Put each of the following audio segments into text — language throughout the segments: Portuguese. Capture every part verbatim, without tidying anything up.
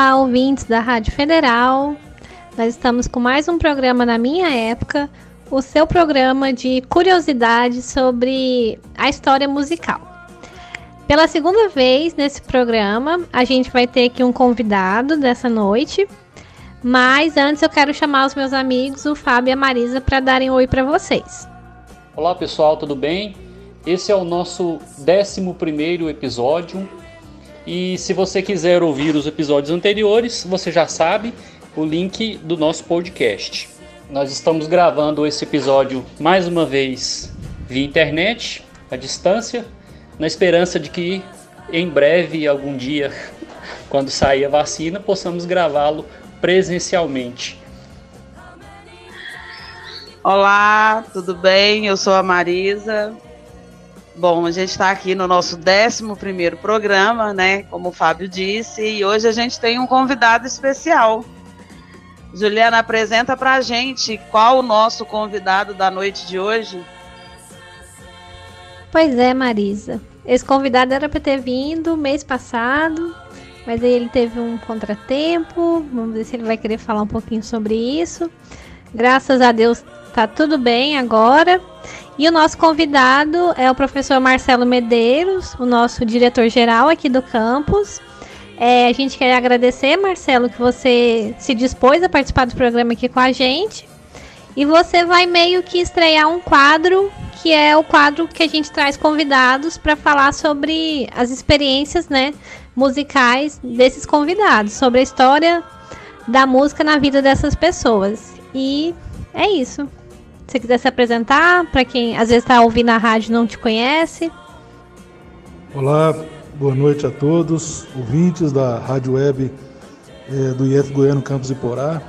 Olá, ouvintes da Rádio Federal. Nós estamos com mais um programa Na Minha Época, o seu programa de curiosidades sobre a história musical. Pela segunda vez nesse programa, a gente vai ter aqui um convidado dessa noite, mas antes eu quero chamar os meus amigos, o Fábio e a Marisa, para darem um oi para vocês. Olá pessoal, tudo bem? Esse é o nosso décimo primeiro episódio. E se você quiser ouvir os episódios anteriores, você já sabe o link do nosso podcast. Nós estamos gravando esse episódio mais uma vez via internet, à distância, na esperança de que em breve, algum dia, quando sair a vacina, possamos gravá-lo presencialmente. Olá, tudo bem? Eu sou a Marisa. Bom, a gente está aqui no nosso décimo primeiro programa, né? Como o Fábio disse, e hoje a gente tem um convidado especial. Juliana, apresenta para a gente qual o nosso convidado da noite de hoje. Pois é, Marisa. Esse convidado era para ter vindo mês passado, mas aí ele teve um contratempo. Vamos ver se ele vai querer falar um pouquinho sobre isso. Graças a Deus tá tudo bem agora. E o nosso convidado é o professor Marcelo Medeiros, o nosso diretor-geral aqui do campus. É, a gente quer agradecer, Marcelo, que você se dispôs a participar do programa aqui com a gente. E você vai meio que estrear um quadro, que é o quadro que a gente traz convidados para falar sobre as experiências, né, musicais desses convidados, sobre a história da música na vida dessas pessoas. E é isso. Se você quiser se apresentar, para quem às vezes está ouvindo a rádio e não te conhece. Olá, boa noite a todos, ouvintes da Rádio Web é, do I F Goiano Campus Iporá.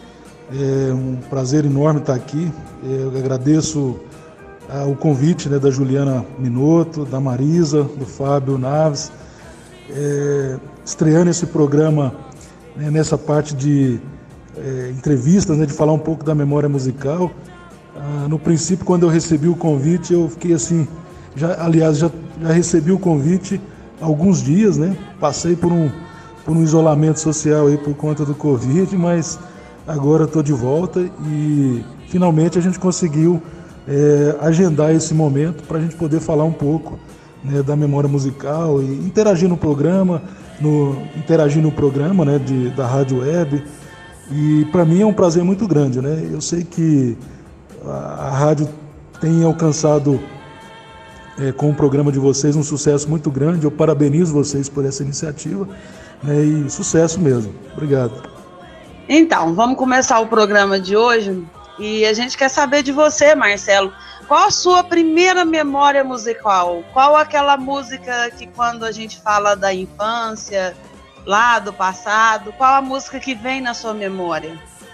É um prazer enorme estar aqui. Eu agradeço ah, o convite, né, da Juliana Minotto, da Marisa, do Fábio Naves, é, estreando esse programa, né, nessa parte de é, entrevistas, né, de falar um pouco da memória musical. Ah, no princípio, quando eu recebi o convite, eu fiquei assim, já, aliás, já, já recebi o convite há alguns dias, né? Passei por um, por um isolamento social aí por conta do Covid, mas agora estou de volta e finalmente a gente conseguiu é, agendar esse momento para a gente poder falar um pouco, né, da memória musical e interagir no programa, no, interagir no programa, né, de, da Rádio Web. E para mim é um prazer muito grande, né? Eu sei que a rádio tem alcançado é, com o programa de vocês um sucesso muito grande. Eu parabenizo vocês por essa iniciativa, né, e sucesso mesmo. Obrigado. Então, vamos começar o programa de hoje e a gente quer saber de você, Marcelo. Qual a sua primeira memória musical? Qual aquela música que quando a gente fala da infância, lá do passado, qual a música que vem na sua memória?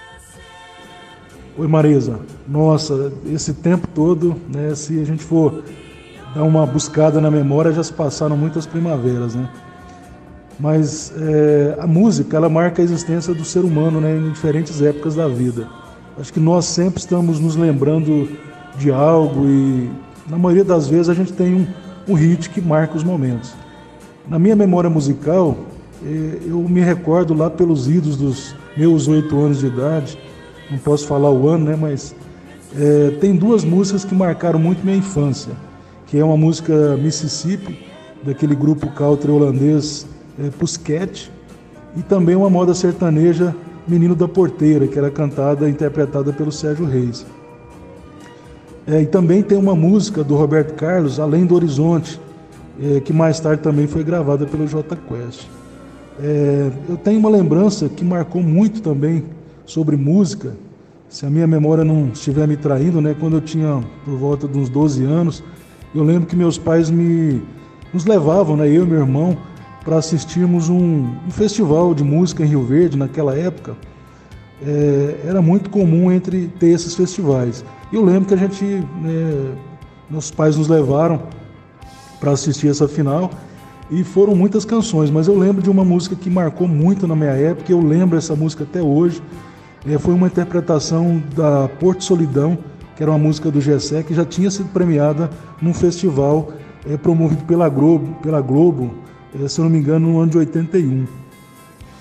Oi, Marisa. Nossa, esse tempo todo, né, se a gente for dar uma buscada na memória, já se passaram muitas primaveras, né? Mas é, a música, ela marca a existência do ser humano, né, em diferentes épocas da vida. Acho que nós sempre estamos nos lembrando de algo e, na maioria das vezes, a gente tem um, um hit que marca os momentos. Na minha memória musical, é, eu me recordo lá pelos idos dos meus oito anos de idade. Não posso falar o ano, né? Mas é, tem duas músicas que marcaram muito minha infância, que é uma música Mississippi, daquele grupo country holandês é, Pussycat, e também uma moda sertaneja Menino da Porteira, que era cantada e interpretada pelo Sérgio Reis. É, e também tem uma música do Roberto Carlos, Além do Horizonte, é, que mais tarde também foi gravada pelo Jota Quest. É, eu tenho uma lembrança que marcou muito também sobre música, se a minha memória não estiver me traindo, né, quando eu tinha por volta de uns doze anos, eu lembro que meus pais me, nos levavam, né, eu e meu irmão, para assistirmos um, um festival de música em Rio Verde, naquela época. É, era muito comum entre ter esses festivais. Eu lembro que a gente, né, meus pais nos levaram para assistir essa final e foram muitas canções, mas eu lembro de uma música que marcou muito na minha época, eu lembro essa música até hoje. É, foi uma interpretação da Porto Solidão, que era uma música do Gessé, que já tinha sido premiada num festival é, promovido pela Globo, pela Globo é, se eu não me engano, no ano de oitenta e um.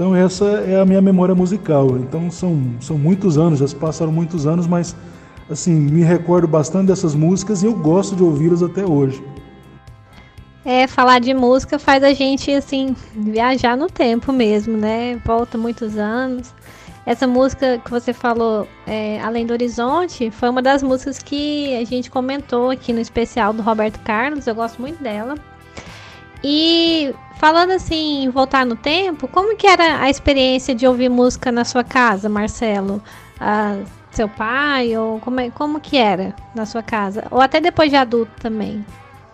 Então essa é a minha memória musical. Então são, são muitos anos, já se passaram muitos anos, mas assim, me recordo bastante dessas músicas e eu gosto de ouvi-las até hoje. É, falar de música faz a gente, assim, viajar no tempo mesmo, né? Volta muitos anos. Essa música que você falou, é, Além do Horizonte, foi uma das músicas que a gente comentou aqui no especial do Roberto Carlos. Eu gosto muito dela. E falando assim, em voltar no tempo, como que era a experiência de ouvir música na sua casa, Marcelo? Ah, seu pai, ou como, é, como que era na sua casa? Ou até depois de adulto também?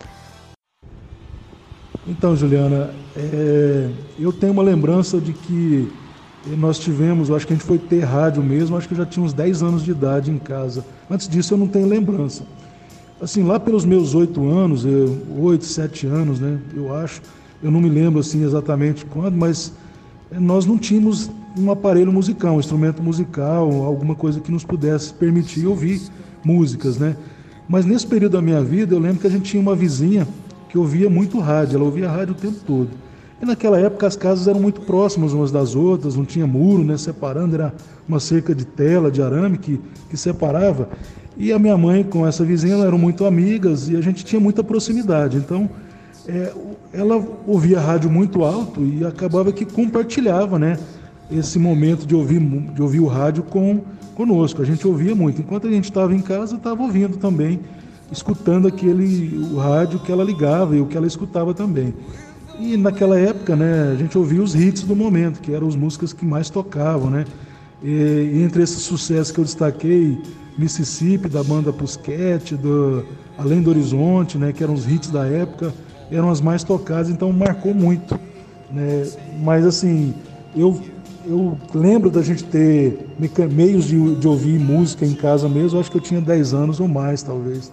Então, Juliana, é, eu tenho uma lembrança de que nós tivemos, eu acho que a gente foi ter rádio mesmo, acho que eu já tinha uns dez anos de idade em casa. Antes disso eu não tenho lembrança. Assim, lá pelos meus oito anos, oito, sete anos, né, eu acho, eu não me lembro assim exatamente quando, mas nós não tínhamos um aparelho musical, um instrumento musical, alguma coisa que nos pudesse permitir ouvir músicas, né? Mas nesse período da minha vida, eu lembro que a gente tinha uma vizinha que ouvia muito rádio, ela ouvia rádio o tempo todo. E naquela época as casas eram muito próximas umas das outras, não tinha muro, né, separando, era uma cerca de tela, de arame que, que separava. E a minha mãe com essa vizinha, elas eram muito amigas e a gente tinha muita proximidade. Então, é, ela ouvia rádio muito alto e acabava que compartilhava, né, esse momento de ouvir, de ouvir o rádio com, conosco. A gente ouvia muito. Enquanto a gente estava em casa, estava ouvindo também, escutando aquele, o rádio que ela ligava e o que ela escutava também. E naquela época, né, a gente ouvia os hits do momento, que eram as músicas que mais tocavam, né? E, e entre esses sucessos que eu destaquei, Mississippi, da banda Pusquete, do Além do Horizonte, né, que eram os hits da época, eram as mais tocadas, então marcou muito, né? Mas assim, eu, eu lembro da gente ter meios de, de ouvir música em casa mesmo, acho que eu tinha dez anos ou mais, talvez.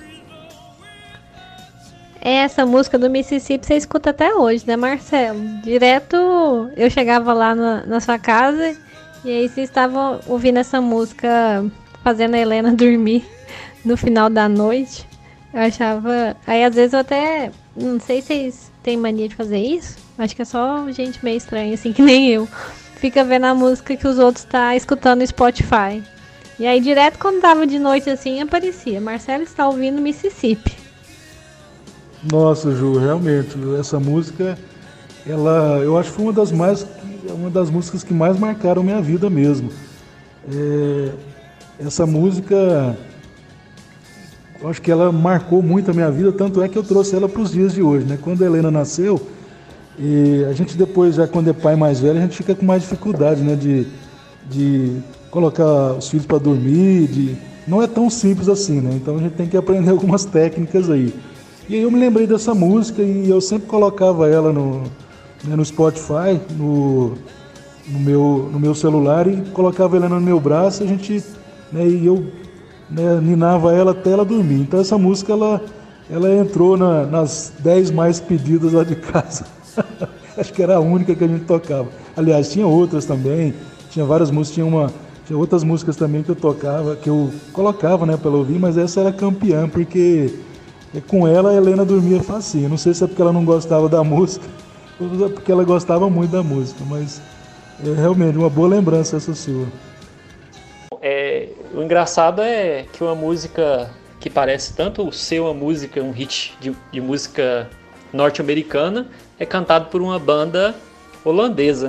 Essa música do Mississippi você escuta até hoje, né, Marcelo? Direto eu chegava lá na, na sua casa e aí você estava ouvindo essa música, fazendo a Helena dormir no final da noite. Eu achava... Aí às vezes eu até... Não sei se vocês têm mania de fazer isso. Acho que é só gente meio estranha, assim, que nem eu. Fica vendo a música que os outros tá escutando no Spotify. E aí direto quando tava de noite assim, aparecia: Marcelo está ouvindo Mississippi. Nossa, Ju, realmente, essa música, ela, eu acho que foi uma das mais, uma das músicas que mais marcaram minha vida mesmo. É, essa música, eu acho que ela marcou muito a minha vida, tanto é que eu trouxe ela para os dias de hoje, né? Quando a Helena nasceu, e a gente depois, já quando é pai mais velho, a gente fica com mais dificuldade, né? De, de colocar os filhos para dormir, de, não é tão simples assim, né? Então a gente tem que aprender algumas técnicas aí. E aí eu me lembrei dessa música e eu sempre colocava ela no, né, no Spotify, no, no, meu, no meu celular, e colocava ela no meu braço, a gente, né, e eu, né, ninava ela até ela dormir. Então essa música, ela, ela entrou na, nas dez mais pedidas lá de casa. Acho que era a única que a gente tocava. Aliás, tinha outras também, tinha várias músicas, tinha, uma, tinha outras músicas também que eu tocava, que eu colocava, né, para ela ouvir, mas essa era campeã, porque... E com ela a Helena dormia facinho. Não sei se é porque ela não gostava da música ou é porque ela gostava muito da música, mas é realmente uma boa lembrança essa sua. É, o engraçado é que uma música que parece tanto ser uma música, um hit de, de música norte-americana, é cantado por uma banda holandesa.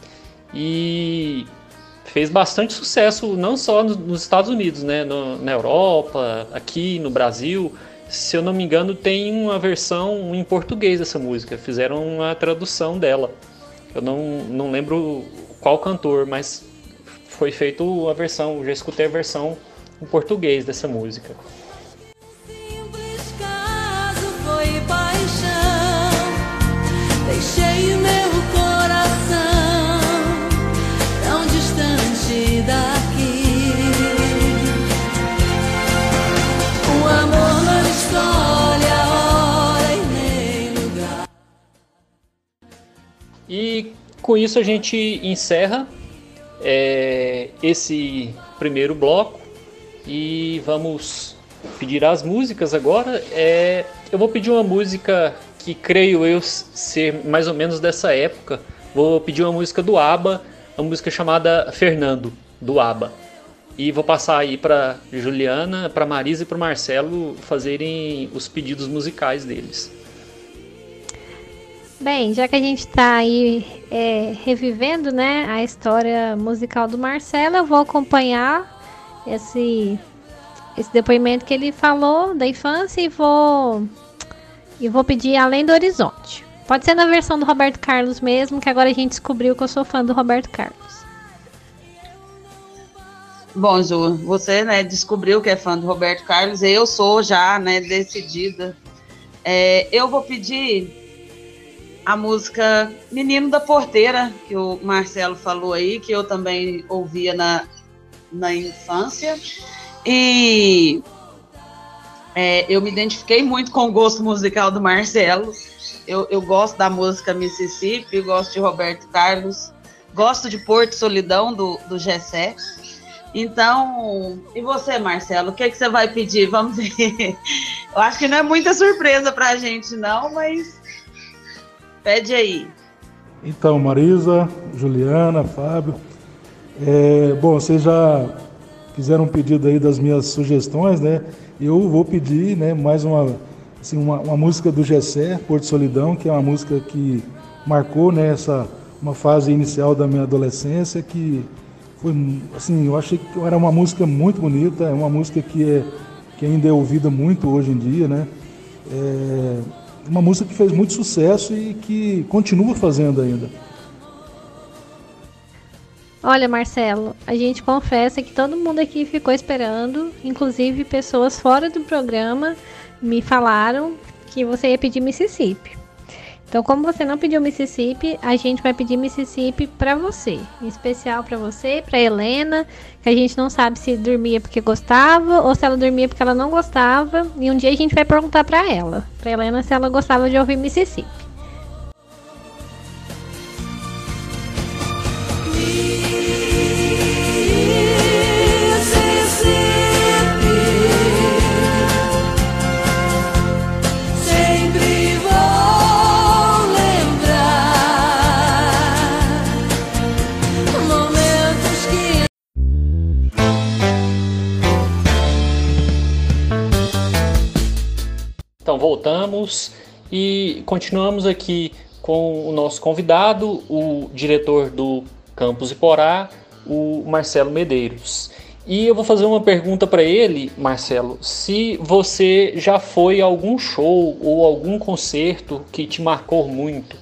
E fez bastante sucesso não só nos Estados Unidos, né, no, na Europa, aqui no Brasil. Se eu não me engano, tem uma versão em português dessa música. Fizeram uma tradução dela. Eu não, não lembro qual cantor, mas foi feita a versão. Eu já escutei a versão em português dessa música. Simples caso foi paixão. Deixei meu coração tão distante daqui. O amor não escolhe a hora e nem lugar. E com isso a gente encerra é, esse primeiro bloco e vamos pedir as músicas agora. É, eu vou pedir uma música que creio eu ser mais ou menos dessa época, vou pedir uma música do ABBA, uma música chamada Fernando, do ABBA. E vou passar aí para Juliana, para Marisa e para o Marcelo fazerem os pedidos musicais deles. Bem, já que a gente está aí é, revivendo, né, a história musical do Marcelo, eu vou acompanhar esse, esse depoimento que ele falou da infância e vou, e vou pedir Além do Horizonte. Pode ser na versão do Roberto Carlos mesmo, que agora a gente descobriu que eu sou fã do Roberto Carlos. Bom, Ju, você, né, descobriu que é fã do Roberto Carlos, eu sou já, né, decidida. É, eu vou pedir a música Menino da Porteira, que o Marcelo falou aí, que eu também ouvia na, na infância. E é, eu me identifiquei muito com o gosto musical do Marcelo. Eu, eu gosto da música Mississippi, gosto de Roberto Carlos, gosto de Porto Solidão, do, do Gessé. Então, e você, Marcelo, o que, que você vai pedir? Vamos ver. Eu acho que não é muita surpresa pra gente, não, mas pede aí. Então, Marisa, Juliana, Fábio, é, bom, vocês já fizeram um pedido aí das minhas sugestões, né? Eu vou pedir, né, mais uma, assim, uma, uma música do Gessé, Porto Solidão, que é uma música que marcou, né, essa, uma fase inicial da minha adolescência, que foi, assim, eu achei que era uma música muito bonita, é uma música que, é, que ainda é ouvida muito hoje em dia, né? É uma música que fez muito sucesso e que continua fazendo ainda. Olha, Marcelo, a gente confessa que todo mundo aqui ficou esperando, inclusive pessoas fora do programa me falaram que você ia pedir Mississippi. Então, como você não pediu Mississippi, a gente vai pedir Mississippi pra você. Em especial pra você, pra Helena, que a gente não sabe se dormia porque gostava ou se ela dormia porque ela não gostava. E um dia a gente vai perguntar pra ela, pra Helena, se ela gostava de ouvir Mississippi. Então voltamos e continuamos aqui com o nosso convidado, o diretor do Campus Iporá, o Marcelo Medeiros. E eu vou fazer uma pergunta para ele, Marcelo, se você já foi a algum show ou algum concerto que te marcou muito.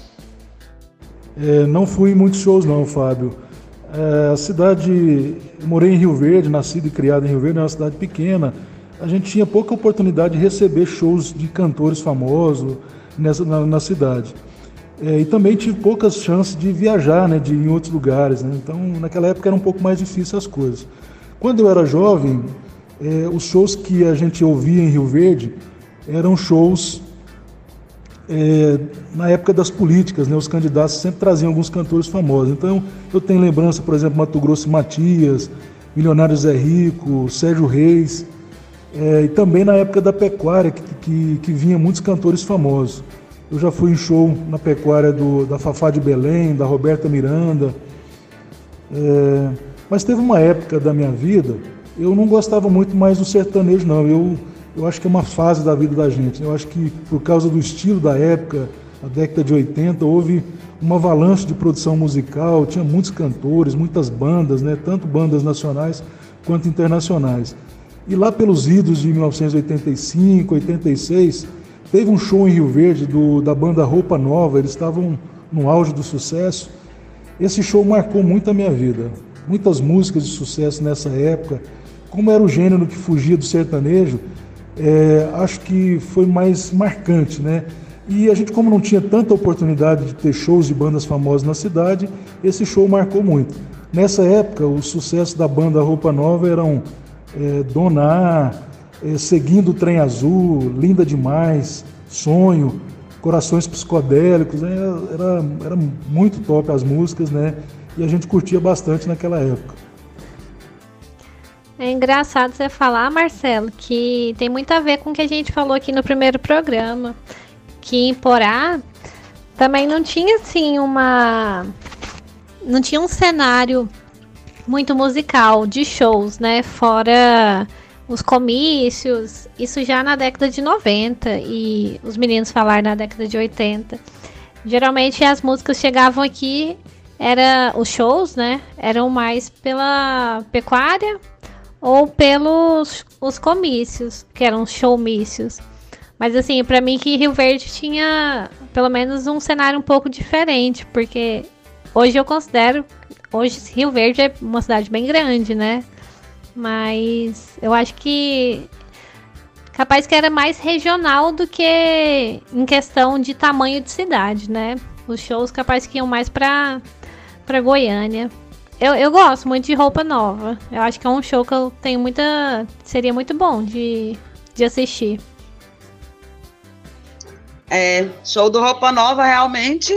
É, não fui em muitos shows não, Fábio. É, a cidade, eu morei em Rio Verde, nascido e criado em Rio Verde, é uma cidade pequena. A gente tinha pouca oportunidade de receber shows de cantores famosos nessa, na, na cidade. É, e também tive poucas chances de viajar, né, de ir em outros lugares, né? Então, naquela época era um pouco mais difícil as coisas. Quando eu era jovem, é, os shows que a gente ouvia em Rio Verde eram shows é, na época das políticas, né? Os candidatos sempre traziam alguns cantores famosos. Então, eu tenho lembrança, por exemplo, Mato Grosso e Matias, Milionário Zé Rico, Sérgio Reis. É, e também na época da pecuária, que, que, que vinha muitos cantores famosos. Eu já fui em show na pecuária do, da Fafá de Belém, da Roberta Miranda. É, mas teve uma época da minha vida, eu não gostava muito mais do sertanejo, não. Eu, eu acho que é uma fase da vida da gente. Eu acho que por causa do estilo da época, a década de oitenta, houve uma avalanche de produção musical, tinha muitos cantores, muitas bandas, né, tanto bandas nacionais quanto internacionais. E lá pelos idos de mil novecentos e oitenta e cinco, oitenta e seis, teve um show em Rio Verde do, da banda Roupa Nova, eles estavam no auge do sucesso. Esse show marcou muito a minha vida. Muitas músicas de sucesso nessa época. Como era o gênero que fugia do sertanejo, é, acho que foi mais marcante, né? E a gente, como não tinha tanta oportunidade de ter shows de bandas famosas na cidade, esse show marcou muito. Nessa época, o sucesso da banda Roupa Nova eram É, Dona A, é, Seguindo o Trem Azul, Linda Demais, Sonho, Corações Psicodélicos, é, era, era muito top as músicas, né? E a gente curtia bastante naquela época. É engraçado você falar, Marcelo, que tem muito a ver com o que a gente falou aqui no primeiro programa, que em Porá também não tinha assim uma... Não tinha um cenário muito musical de shows, né? Fora os comícios, isso já na década de noventa e os meninos falaram na década de oitenta. Geralmente as músicas chegavam aqui, era os shows, né? Eram mais pela pecuária ou pelos os comícios, que eram showmícios. Mas assim, pra mim que Rio Verde tinha pelo menos um cenário um pouco diferente, porque hoje eu considero, hoje Rio Verde é uma cidade bem grande, né? Mas eu acho que capaz que era mais regional do que em questão de tamanho de cidade, né? Os shows capaz que iam mais pra, pra Goiânia. Eu, eu gosto muito de Roupa Nova. Eu acho que é um show que eu tenho muita... Seria muito bom de, de assistir. É, show do Roupa Nova realmente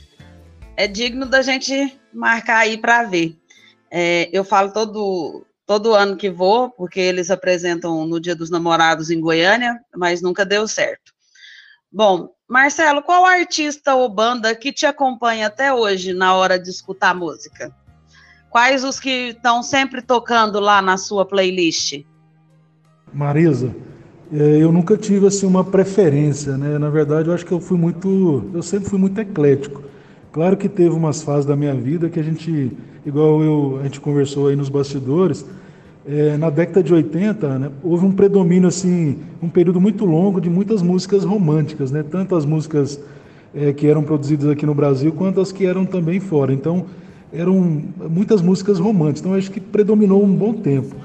é digno da gente marcar aí para ver. É, eu falo todo, todo ano que vou, porque eles apresentam no Dia dos Namorados em Goiânia, mas nunca deu certo. Bom, Marcelo, qual artista ou banda que te acompanha até hoje na hora de escutar música? Quais os que estão sempre tocando lá na sua playlist? Marisa, eu nunca tive assim uma preferência, né? Na verdade, eu acho que eu fui muito, eu sempre fui muito eclético. Claro que teve umas fases da minha vida que a gente, igual eu, a gente conversou aí nos bastidores, é, na década de oitenta, né, houve um predomínio assim, um período muito longo de muitas músicas românticas, né? Tanto as músicas é, que eram produzidas aqui no Brasil quanto as que eram também fora. Então, eram muitas músicas românticas. Então, acho que predominou um bom tempo.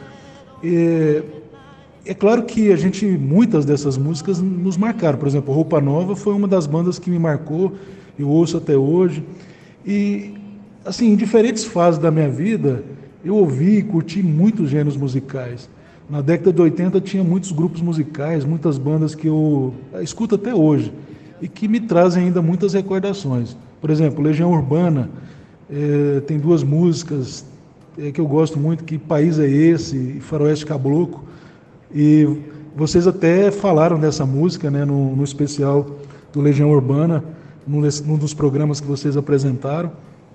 É, É claro que a gente, muitas dessas músicas nos marcaram. Por exemplo, Roupa Nova foi uma das bandas que me marcou, eu ouço até hoje. E, assim, em diferentes fases da minha vida, eu ouvi e curti muitos gêneros musicais. Na década de oitenta tinha muitos grupos musicais, muitas bandas que eu escuto até hoje e que me trazem ainda muitas recordações. Por exemplo, Legião Urbana, é, tem duas músicas é, que eu gosto muito, que País é Esse e Faroeste Caboclo. E vocês até falaram dessa música, né, no, no especial do Legião Urbana, num, desse, num dos programas que vocês apresentaram.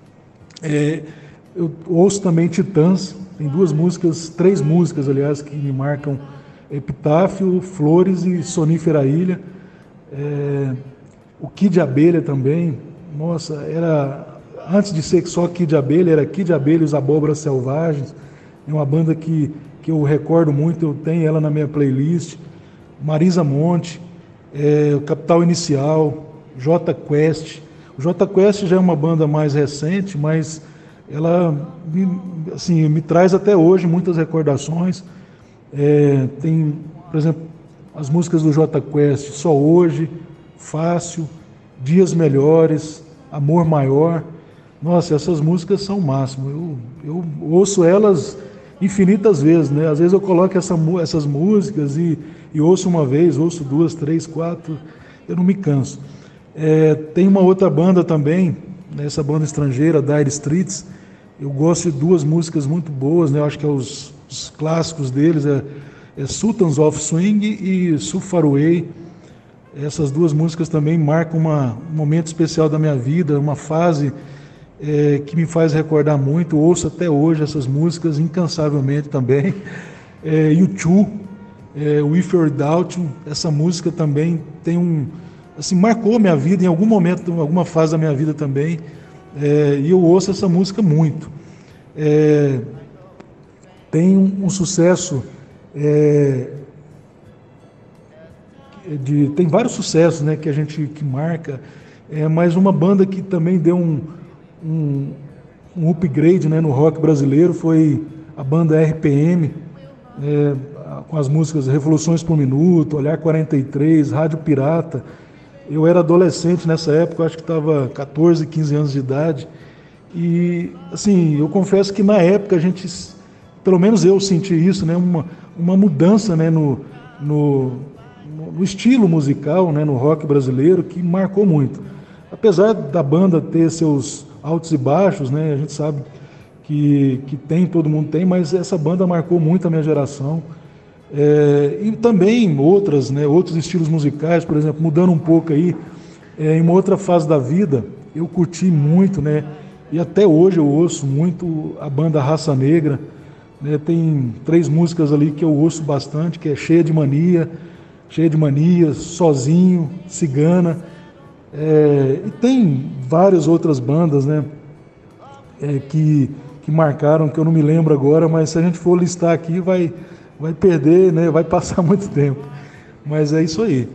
É, eu ouço também Titãs, tem duas músicas, três músicas, aliás, que me marcam: Epitáfio, Flores e Sonífera Ilha. É, o Kid Abelha também, nossa, era, antes de ser só Kid Abelha, era Kid Abelha e os Abóboras Selvagens. É uma banda que que eu recordo muito, eu tenho ela na minha playlist. Marisa Monte, é, Capital Inicial, J Quest. O J Quest já é uma banda mais recente, mas ela me, assim, me traz até hoje muitas recordações. É, tem, por exemplo, as músicas do J Quest, Só Hoje, Fácil, Dias Melhores, Amor Maior. Nossa, essas músicas são o máximo. Eu, eu ouço elas infinitas vezes, né? Às vezes eu coloco essa, essas músicas e, e ouço uma vez, ouço duas, três, quatro, eu não me canso. É, tem uma outra banda também, né, essa banda estrangeira, Dire Straits. Eu gosto de duas músicas muito boas, né? Eu acho que é os, os clássicos deles, é, é Sultans of Swing e Sufaraway. Essas duas músicas também marcam uma, um momento especial da minha vida, uma fase É, que me faz recordar muito. Ouço até hoje essas músicas incansavelmente também. É, U dois, é, With or Without You, essa música também tem um, assim, marcou minha vida em algum momento, em alguma fase da minha vida também, é, e eu ouço essa música muito. É, tem um, um sucesso, é, de, tem vários sucessos, né, que a gente que marca, é, mas uma banda que também deu um Um, um upgrade, né, no rock brasileiro foi a banda R P M, é, com as músicas Revoluções por Minuto, Olhar quarenta e três, Rádio Pirata. Eu era adolescente nessa época, eu acho que estava catorze, quinze anos de idade, e assim, eu confesso que na época a gente, pelo menos eu senti isso, né, uma, uma mudança, né, no, no, no estilo musical, né, no rock brasileiro, que marcou muito. Apesar da banda ter seus altos e baixos, né? A gente sabe que, que tem, todo mundo tem, mas essa banda marcou muito a minha geração. É, e também outras, né? Outros estilos musicais, por exemplo, mudando um pouco aí, É, em uma outra fase da vida, eu curti muito, né? E até hoje eu ouço muito a banda Raça Negra, né? Tem três músicas ali que eu ouço bastante, que é Cheia de Mania, Cheia de Mania, Sozinho, Cigana. É, e tem várias outras bandas, né? É, que, que marcaram, que eu não me lembro agora, mas se a gente for listar aqui, vai, vai perder, né? Vai passar muito tempo. Mas é isso aí.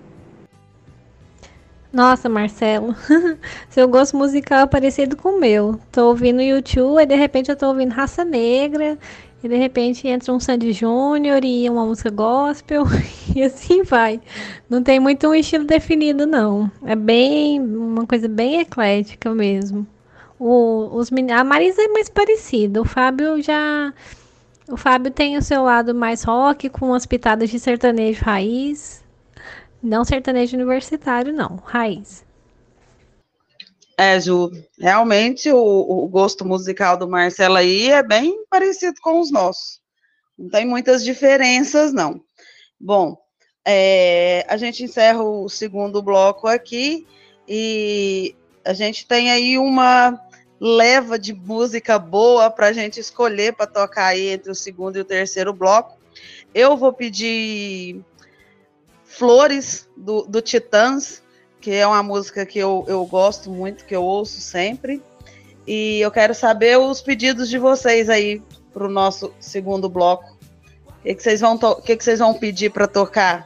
Nossa, Marcelo, seu gosto musical é parecido com o meu. Tô ouvindo YouTube, e de repente eu tô ouvindo Raça Negra, e de repente entra um Sandy Júnior e uma música gospel, e assim vai. Não tem muito um estilo definido, não. É bem, uma coisa bem eclética mesmo. O, os, men- a Marisa é mais parecida, o Fábio já... O Fábio tem o seu lado mais rock, com umas pitadas de sertanejo raiz. Não sertanejo universitário, não. Raiz. É, Ju, realmente o, o gosto musical do Marcelo aí é bem parecido com os nossos. Não tem muitas diferenças, não. Bom, é, a gente encerra o segundo bloco aqui e a gente tem aí uma leva de música boa para a gente escolher para tocar aí entre o segundo e o terceiro bloco. Eu vou pedir Flores, do, do Titãs, que é uma música que eu, eu gosto muito, que eu ouço sempre. E eu quero saber os pedidos de vocês aí para o nosso segundo bloco. O que, que, vocês, vão to- que, que vocês vão pedir para tocar?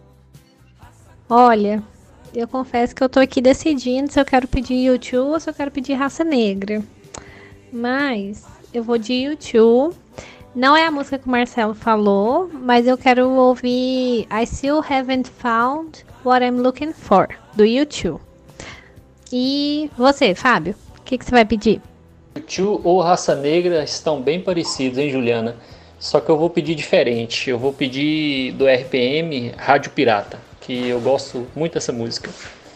Olha, eu confesso que eu tô aqui decidindo se eu quero pedir YouTube ou se eu quero pedir Raça Negra. Mas eu vou de YouTube. Não é a música que o Marcelo falou, mas eu quero ouvir I Still Haven't Found What I'm Looking For, do YouTube. E você, Fábio, o que, que você vai pedir? Tio ou Raça Negra estão bem parecidos, hein, Juliana? Só que eu vou pedir diferente. Eu vou pedir do R P M Rádio Pirata, que eu gosto muito dessa música.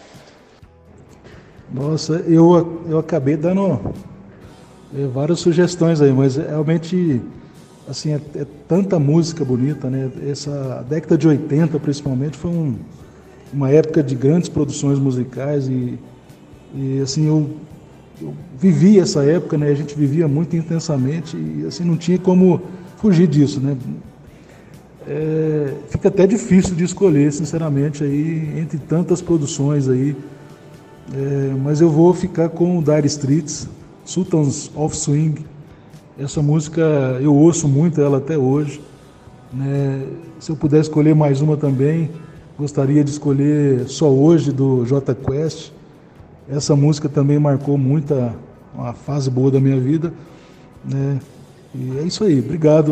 Nossa, eu, eu acabei dando é, várias sugestões aí, mas realmente, assim, é, é tanta música bonita, né? Essa década de oitenta, principalmente, foi um, uma época de grandes produções musicais e, e assim, eu, eu vivi essa época, né? A gente vivia muito intensamente e, assim, não tinha como fugir disso, né? É, fica até difícil de escolher, sinceramente, aí, entre tantas produções aí. É, mas eu vou ficar com o Dire Straits, Sultans of Swing. Essa música eu ouço muito ela até hoje, né? Se eu puder escolher mais uma também, gostaria de escolher Só Hoje, do Jota Quest. Essa música também marcou muito a, uma fase boa da minha vida, né? E é isso aí, obrigado.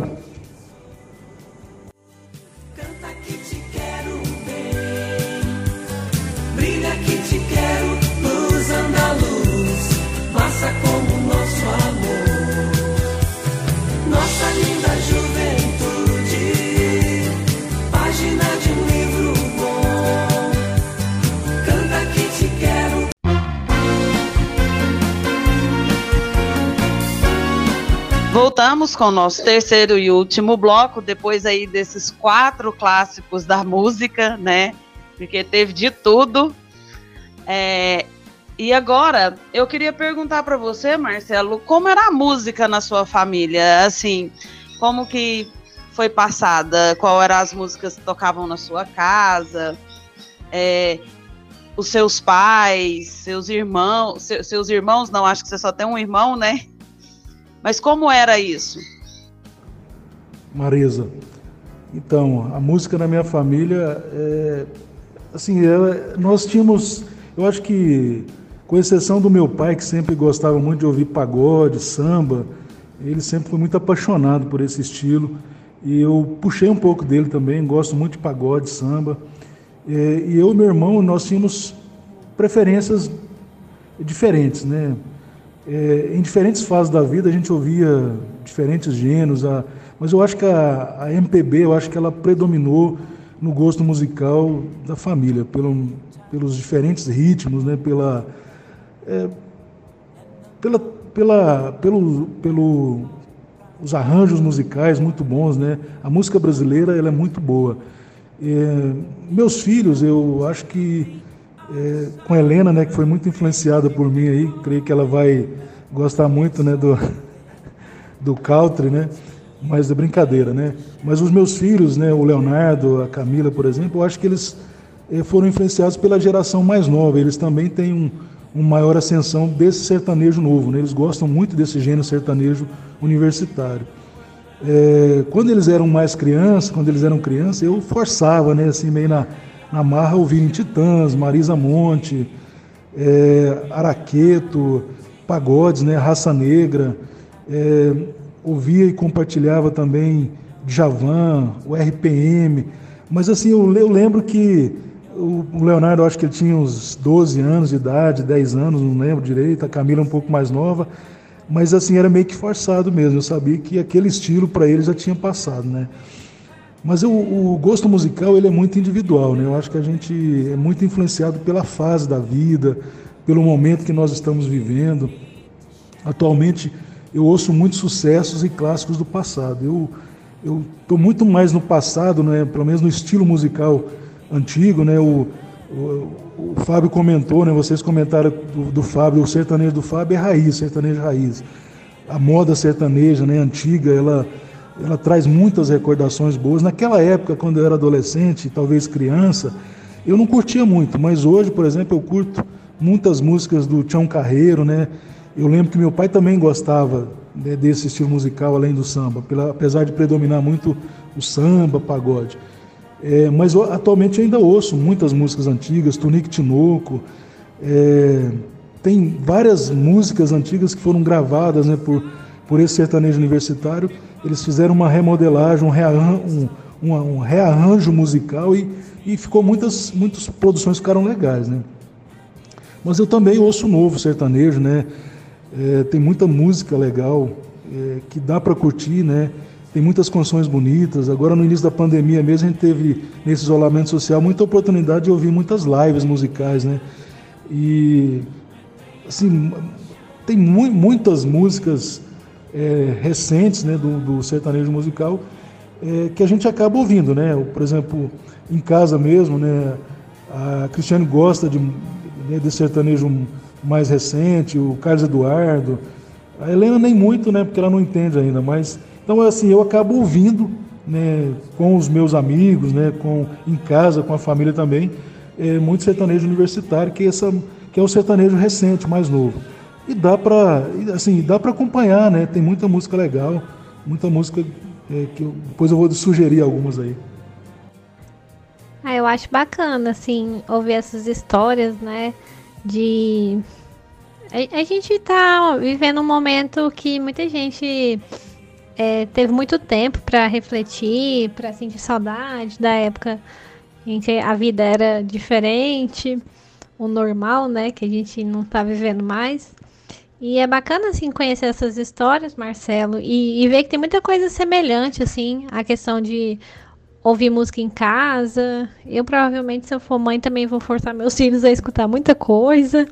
Canta que te quero bem, brilha que te quero, luz andaluz, massa como nosso amor, nossa linda juventude, página de um livro bom. Canta que te quero. Voltamos com o nosso terceiro e último bloco, depois aí desses quatro clássicos da música, né? Porque teve de tudo. É, e agora, eu queria perguntar para você, Marcelo, como era a música na sua família? Assim, como que foi passada? Qual eram as músicas que tocavam na sua casa? É, os seus pais, seus irmãos, se, seus irmãos, não, acho que você só tem um irmão, né? Mas como era isso? Marisa, então, a música na minha família, é, assim, ela, nós tínhamos, eu acho que, com exceção do meu pai, que sempre gostava muito de ouvir pagode, samba, ele sempre foi muito apaixonado por esse estilo, e eu puxei um pouco dele também, gosto muito de pagode, samba, é, e eu e meu irmão, nós tínhamos preferências diferentes, né? É, em diferentes fases da vida a gente ouvia diferentes gêneros, a, mas eu acho que a, a M P B, eu acho que ela predominou no gosto musical da família, pelo, pelos diferentes ritmos, né, pela, é, pela, pela, pelo, pelo, os arranjos musicais muito bons, né? A música brasileira ela é muito boa. É, meus filhos, eu acho que é, com a Helena, né, que foi muito influenciada por mim aí, creio que ela vai gostar muito, né, do, do country, né, mas é brincadeira, né. Mas os meus filhos, né, o Leonardo, a Camila, por exemplo, eu acho que eles é, foram influenciados pela geração mais nova, eles também têm um, um maior ascensão desse sertanejo novo, né, eles gostam muito desse gênero sertanejo universitário. É, quando eles eram mais crianças, quando eles eram crianças, eu forçava, né, assim, meio na, na marra, ouvirem Titãs, Marisa Monte, é, Araqueto, pagodes, né, Raça Negra, é, ouvia e compartilhava também Djavan, o R P M, mas assim, eu, eu lembro que o, o Leonardo, eu acho que ele tinha uns doze anos de idade, dez anos, não lembro direito, a Camila um pouco mais nova, mas assim, era meio que forçado mesmo, eu sabia que aquele estilo para ele já tinha passado, né? Mas eu, o gosto musical, ele é muito individual, né? Eu acho que a gente é muito influenciado pela fase da vida, pelo momento que nós estamos vivendo. Atualmente, eu ouço muitos sucessos e clássicos do passado. Eu eu estou muito mais no passado, né? Pelo menos no estilo musical antigo, né? O, o, o Fábio comentou, né? Vocês comentaram do, do Fábio, o sertanejo do Fábio é raiz, sertanejo raiz. A moda sertaneja, né? Antiga, ela ela traz muitas recordações boas. Naquela época, quando eu era adolescente, talvez criança, eu não curtia muito, mas hoje, por exemplo, eu curto muitas músicas do Tião Carreiro, né? Eu lembro que meu pai também gostava, né, desse estilo musical, além do samba, pela, apesar de predominar muito o samba, pagode. É, mas eu, atualmente eu ainda ouço muitas músicas antigas, Tunique Tinoco, é, tem várias músicas antigas que foram gravadas, né, por, por esse sertanejo universitário. Eles fizeram uma remodelagem, um rearranjo, um, um, um rearranjo musical e, e ficou muitas, muitas produções ficaram legais, né? Mas eu também ouço novo sertanejo, né? É, tem muita música legal é, que dá para curtir, né? Tem muitas canções bonitas. Agora, no início da pandemia mesmo, a gente teve, nesse isolamento social, muita oportunidade de ouvir muitas lives musicais, né? E, assim, tem mu- muitas músicas É, recentes, né, do, do sertanejo musical, é, que a gente acaba ouvindo, né? Por exemplo, em casa mesmo, né, a Cristiane gosta de, né, de sertanejo mais recente, o Carlos Eduardo, a Helena nem muito, né, porque ela não entende ainda, mas então assim, eu acabo ouvindo, né, com os meus amigos, né, com, em casa, com a família também, é, muito sertanejo universitário, que, essa, que é o sertanejo recente, mais novo. E dá para, assim, dá para acompanhar, né? Tem muita música legal, muita música é, que eu, depois eu vou sugerir algumas aí. Ah, eu acho bacana, assim, ouvir essas histórias, né? De a, a gente tá vivendo um momento que muita gente é, teve muito tempo para refletir, para sentir saudade da época em que a vida era diferente, o normal, né? Que a gente não tá vivendo mais. E é bacana, assim, conhecer essas histórias, Marcelo, e, e ver que tem muita coisa semelhante, assim, a questão de ouvir música em casa. Eu, provavelmente, se eu for mãe, também vou forçar meus filhos a escutar muita coisa.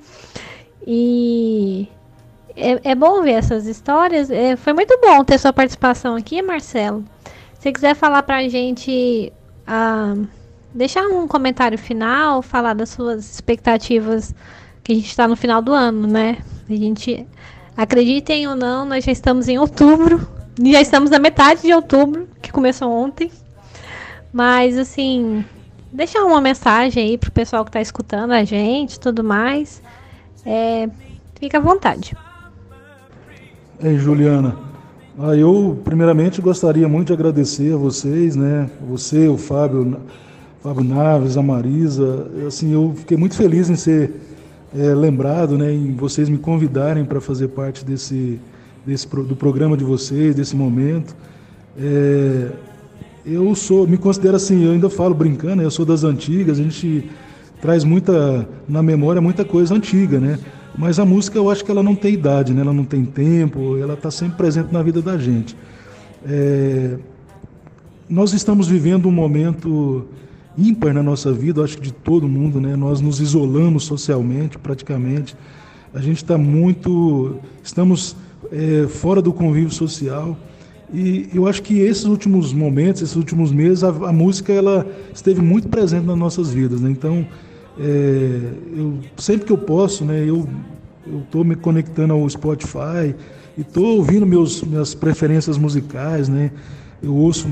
E é, é bom ver essas histórias. É, foi muito bom ter sua participação aqui, Marcelo. Se você quiser falar pra gente, ah, deixar um comentário final, falar das suas expectativas, que a gente está no final do ano, né? A gente, acreditem ou não, nós já estamos em outubro, já estamos na metade de outubro, que começou ontem. Mas, assim, deixar uma mensagem aí pro pessoal que está escutando a gente, tudo mais. É, fica à vontade. Ei, Juliana, ah, eu primeiramente gostaria muito de agradecer a vocês, né? Você, o Fábio, Fábio Naves, a Marisa. Assim, eu fiquei muito feliz em ser É, lembrado, né, em vocês me convidarem para fazer parte desse, desse do programa de vocês, desse momento. É, eu sou, me considero assim, eu ainda falo brincando, eu sou das antigas, a gente traz muita, na memória, muita coisa antiga, né? Mas a música, eu acho que ela não tem idade, né? Ela não tem tempo, ela está sempre presente na vida da gente. É, nós estamos vivendo um momento ímpar na nossa vida, acho que de todo mundo, né? Nós nos isolamos socialmente, praticamente. A gente está muito, estamos é, fora do convívio social. E eu acho que esses últimos momentos, esses últimos meses, a, a música ela esteve muito presente nas nossas vidas, né? Então, É, eu, sempre que eu posso, né, eu estou me conectando ao Spotify e estou ouvindo meus, minhas preferências musicais, né? Eu ouço,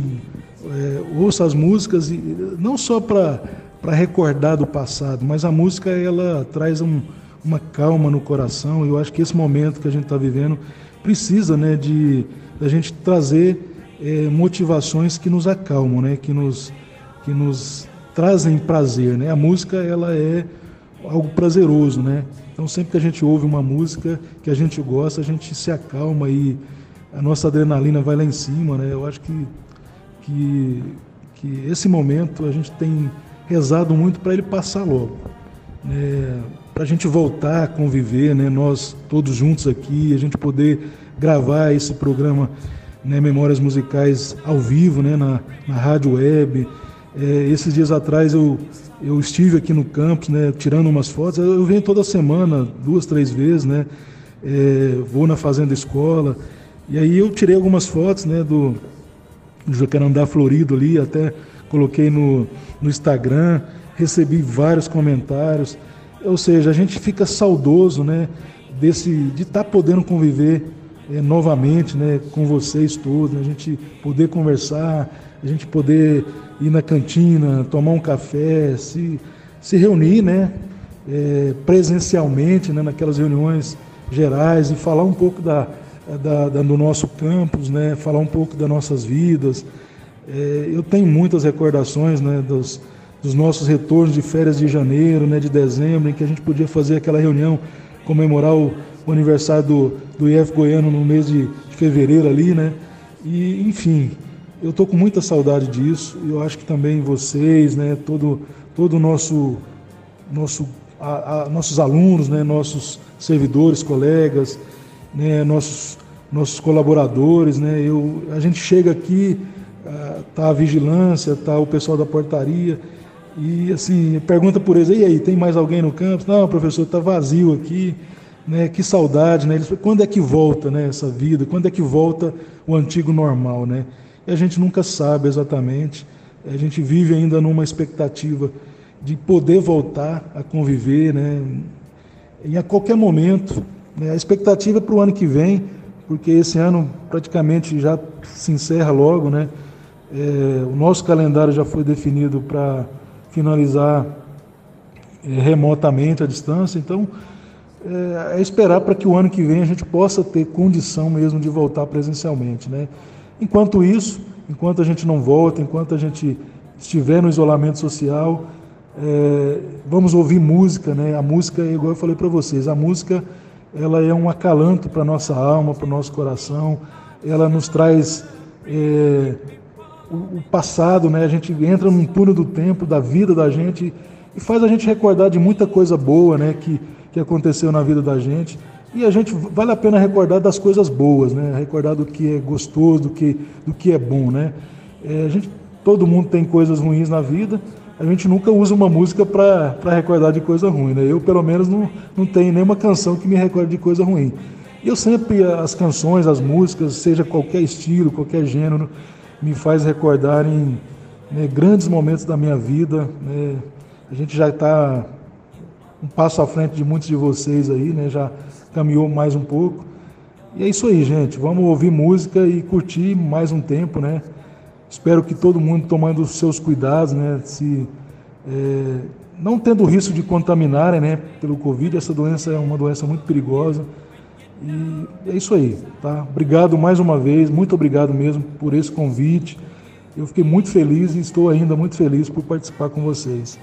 é, ouço as músicas, e não só para recordar do passado, mas a música ela traz um, uma calma no coração. Eu acho que esse momento que a gente está vivendo precisa, né, de a gente trazer é, motivações que nos acalmam, né, que nos, que nos trazem prazer, né? A música ela é algo prazeroso, né? Então sempre que a gente ouve uma música que a gente gosta, a gente se acalma e a nossa adrenalina vai lá em cima, né? Eu acho que, que, que esse momento a gente tem rezado muito para ele passar logo, né? Para a gente voltar a conviver, né? Nós todos juntos aqui, a gente poder gravar esse programa, né? Memórias Musicais ao vivo, né? na, na rádio web. É, esses dias atrás eu, eu estive aqui no campus, né, tirando umas fotos. Eu, eu venho toda semana, duas, três vezes, né, é, vou na Fazenda Escola, e aí eu tirei algumas fotos, né, do, do Jacarandá florido ali, até coloquei no, no Instagram, recebi vários comentários. Ou seja, a gente fica saudoso, né, desse, de estar tá podendo conviver é, novamente, né, com vocês todos, né, a gente poder conversar, a gente poder ir na cantina, tomar um café, se, se reunir, né, é, presencialmente, né, naquelas reuniões gerais e falar um pouco da, da, da, do nosso campus, né, falar um pouco das nossas vidas. É, eu tenho muitas recordações, né, dos, dos nossos retornos de férias de janeiro, né, de dezembro, em que a gente podia fazer aquela reunião, comemorar o, o aniversário do, do I F Goiano no mês de, de fevereiro ali, né, e enfim... Eu estou com muita saudade disso, e eu acho que também vocês, né, todo todo nosso nosso a, a, nossos alunos, né, nossos servidores, colegas, né, nossos nossos colaboradores, né, eu a gente chega aqui, uh, tá a vigilância, tá o pessoal da portaria e assim pergunta por eles, e aí, tem mais alguém no campus? Não, professor, está vazio aqui, né? Que saudade, né? Eles, quando é que volta, né, essa vida? Quando é que volta o antigo normal, né? E a gente nunca sabe exatamente, a gente vive ainda numa expectativa de poder voltar a conviver, né? E a qualquer momento, né? A expectativa é para o ano que vem, porque esse ano praticamente já se encerra logo, né? É, o nosso calendário já foi definido para finalizar é, remotamente à distância, então é, é esperar para que o ano que vem a gente possa ter condição mesmo de voltar presencialmente, né? Enquanto isso, enquanto a gente não volta, enquanto a gente estiver no isolamento social, é, vamos ouvir música, né? A música, igual eu falei para vocês, a música ela é um acalanto para a nossa alma, para o nosso coração, ela nos traz é, o, o passado, né? A gente entra num túnel do tempo, da vida da gente, e faz a gente recordar de muita coisa boa, né? que, que aconteceu na vida da gente. E a gente vale a pena recordar das coisas boas, né? Recordar do que é gostoso, do que, do que é bom, né? É, a gente, todo mundo tem coisas ruins na vida, a gente nunca usa uma música para recordar de coisa ruim, né? Eu, pelo menos, não, não tenho nenhuma canção que me recorde de coisa ruim. E eu sempre, as canções, as músicas, seja qualquer estilo, qualquer gênero, me faz recordar em, né, grandes momentos da minha vida, né? A gente já está um passo à frente de muitos de vocês aí, né? Já caminhou mais um pouco. E é isso aí, gente. Vamos ouvir música e curtir mais um tempo, né? Espero que todo mundo tomando os seus cuidados, né? Se, é, não tendo risco de contaminarem, né, pelo Covid. Essa doença é uma doença muito perigosa. E é isso aí, tá? Obrigado mais uma vez, muito obrigado mesmo por esse convite. Eu fiquei muito feliz e estou ainda muito feliz por participar com vocês.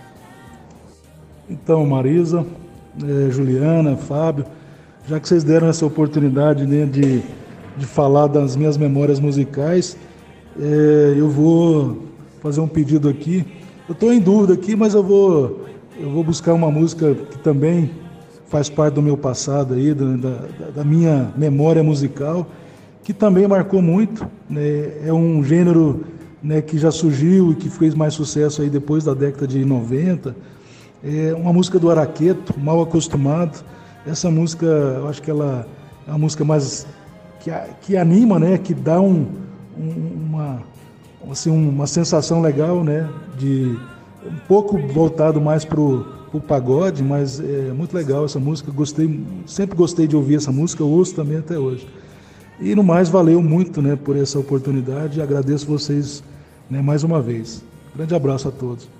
Então, Marisa, é, Juliana, Fábio, já que vocês deram essa oportunidade, né, de, de falar das minhas memórias musicais, é, eu vou fazer um pedido aqui. Eu estou em dúvida aqui, mas eu vou, eu vou buscar uma música que também faz parte do meu passado, aí, da, da, da minha memória musical, que também marcou muito, né? É um gênero, né, que já surgiu e que fez mais sucesso aí depois da década de noventa. É uma música do Araqueto, Mal Acostumado. Essa música, eu acho que ela é uma música mais que, que anima, né, que dá um, um, uma, assim, uma sensação legal, né, de um pouco voltado mais pro pro pagode, mas é muito legal essa música, gostei, sempre gostei de ouvir essa música, eu ouço também até hoje. E no mais, valeu muito, né, por essa oportunidade, agradeço vocês, né, mais uma vez. Grande abraço a todos.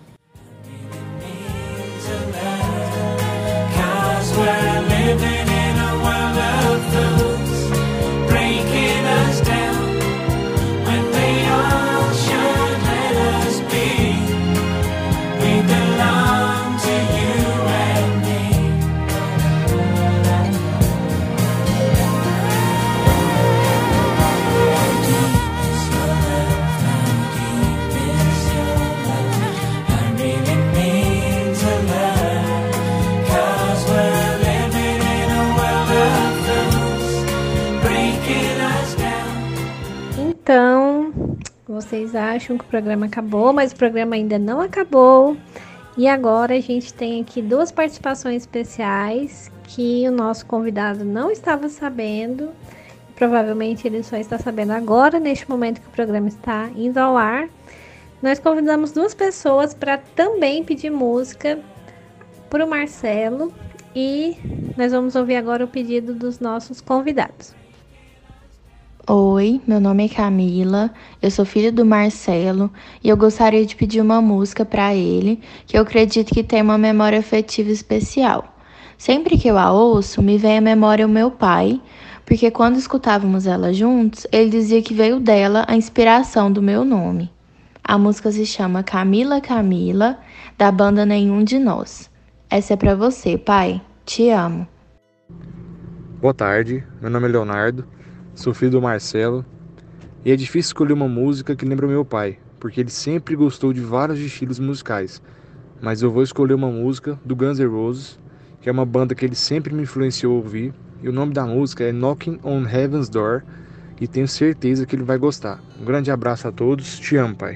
Então, vocês acham que o programa acabou, mas o programa ainda não acabou. E agora a gente tem aqui duas participações especiais que o nosso convidado não estava sabendo. Provavelmente ele só está sabendo agora, neste momento que o programa está indo ao ar. Nós convidamos duas pessoas para também pedir música para o Marcelo. E nós vamos ouvir agora o pedido dos nossos convidados. Oi, meu nome é Camila, eu sou filha do Marcelo e eu gostaria de pedir uma música para ele que eu acredito que tem uma memória afetiva especial. Sempre que eu a ouço, me vem à memória o meu pai, porque quando escutávamos ela juntos, ele dizia que veio dela a inspiração do meu nome. A música se chama Camila Camila, da banda Nenhum de Nós. Essa é para você, pai. Te amo. Boa tarde, meu nome é Leonardo. Sou filho do Marcelo, e é difícil escolher uma música que lembra o meu pai, porque ele sempre gostou de vários estilos musicais, mas eu vou escolher uma música do Guns N' Roses, que é uma banda que ele sempre me influenciou a ouvir, e o nome da música é Knocking on Heaven's Door, e tenho certeza que ele vai gostar. Um grande abraço a todos, te amo, pai.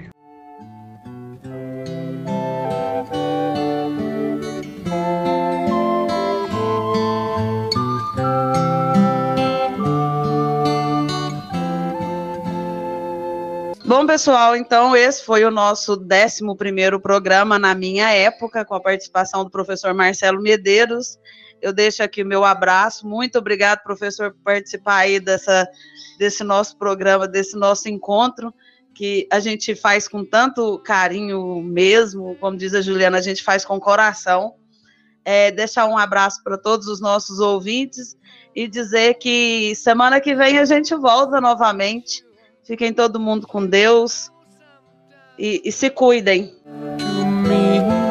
Bom, pessoal, então esse foi o nosso décimo primeiro programa na minha época, com a participação do professor Marcelo Medeiros. Eu deixo aqui o meu abraço. Muito obrigado, professor, por participar aí dessa, desse nosso programa, desse nosso encontro, que a gente faz com tanto carinho mesmo, como diz a Juliana, a gente faz com coração. É, deixar um abraço para todos os nossos ouvintes e dizer que semana que vem a gente volta novamente. Fiquem todo mundo com Deus e, e se cuidem.